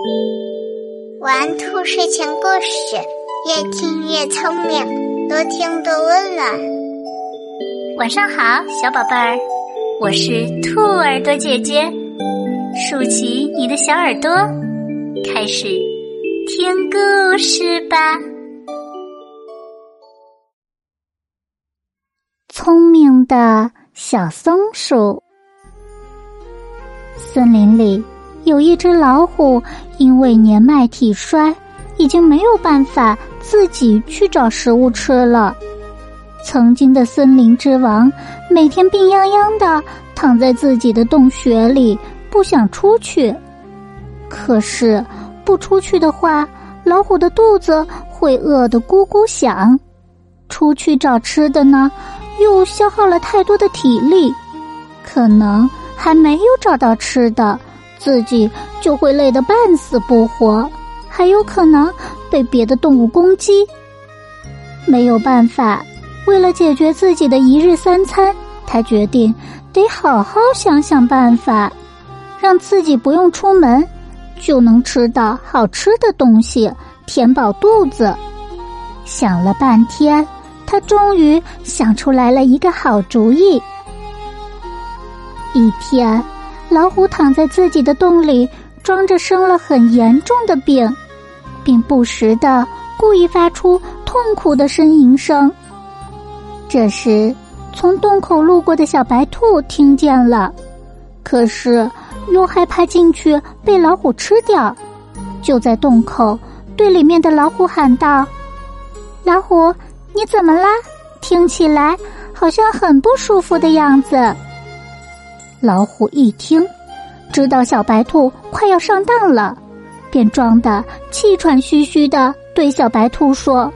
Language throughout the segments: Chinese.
玩兔睡前故事，越听越聪明，多听多温暖。 晚上好，小宝贝儿，我是兔耳朵姐姐，竖起你的小耳朵，开始听故事吧。聪明的小松鼠。森林里有一只老虎，因为年迈体衰，已经没有办法自己去找食物吃了。曾经的森林之王每天病殃殃地躺在自己的洞穴里，不想出去。可是不出去的话，老虎的肚子会饿得咕咕响，出去找吃的呢，又消耗了太多的体力，可能还没有找到吃的，自己就会累得半死不活，还有可能被别的动物攻击。没有办法，为了解决自己的一日三餐，他决定得好好想想办法，让自己不用出门就能吃到好吃的东西，填饱肚子。想了半天，他终于想出来了一个好主意。一天，老虎躺在自己的洞里，装着生了很严重的病，并不时地故意发出痛苦的呻吟声。这时，从洞口路过的小白兔听见了，可是又害怕进去被老虎吃掉，就在洞口对里面的老虎喊道：“老虎，你怎么啦？听起来好像很不舒服的样子。”老虎一听，知道小白兔快要上当了，便装得气喘吁吁地对小白兔说：“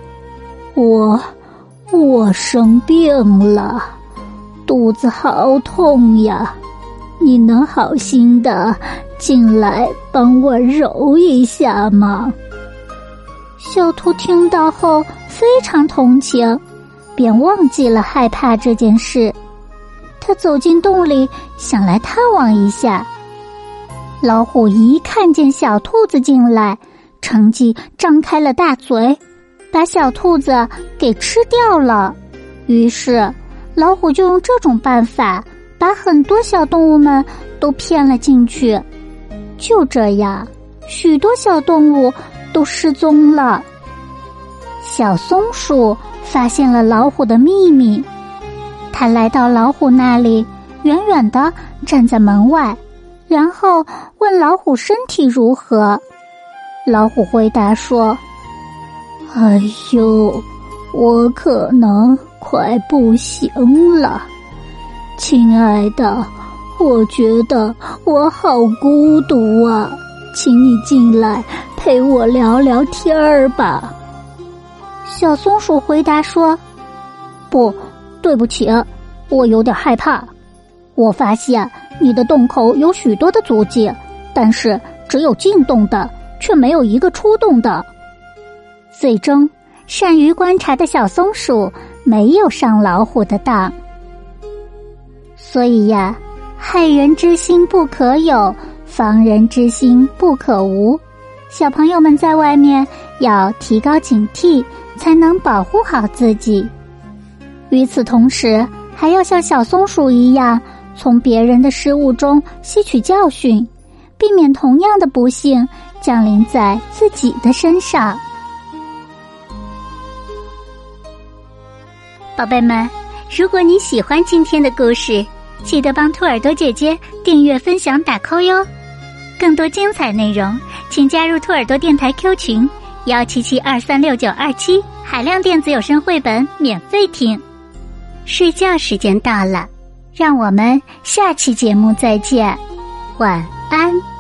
我生病了，肚子好痛呀，你能好心的进来帮我揉一下吗？”小兔听到后非常同情，便忘记了害怕这件事。他走进洞里，想来探望一下。老虎一看见小兔子进来，乘机张开了大嘴，把小兔子给吃掉了。于是老虎就用这种办法把很多小动物们都骗了进去。就这样，许多小动物都失踪了。小松鼠发现了老虎的秘密，他来到老虎那里，远远地站在门外，然后问老虎身体如何。老虎回答说：“哎呦，我可能快不行了，亲爱的，我觉得我好孤独啊，请你进来陪我聊聊天儿吧。”小松鼠回答说：“不，对不起，我有点害怕。我发现你的洞口有许多的足迹，但是只有进洞的，却没有一个出洞的。”最终，善于观察的小松鼠没有上老虎的当。所以呀，害人之心不可有，防人之心不可无。小朋友们在外面要提高警惕，才能保护好自己。与此同时，还要像小松鼠一样，从别人的失误中吸取教训，避免同样的不幸降临在自己的身上。宝贝们，如果你喜欢今天的故事，记得帮兔耳朵姐姐订阅、分享、打 call 哟。更多精彩内容，请加入兔耳朵电台 Q 群177236927，海量电子有声绘本免费听。睡觉时间到了，让我们下期节目再见，晚安。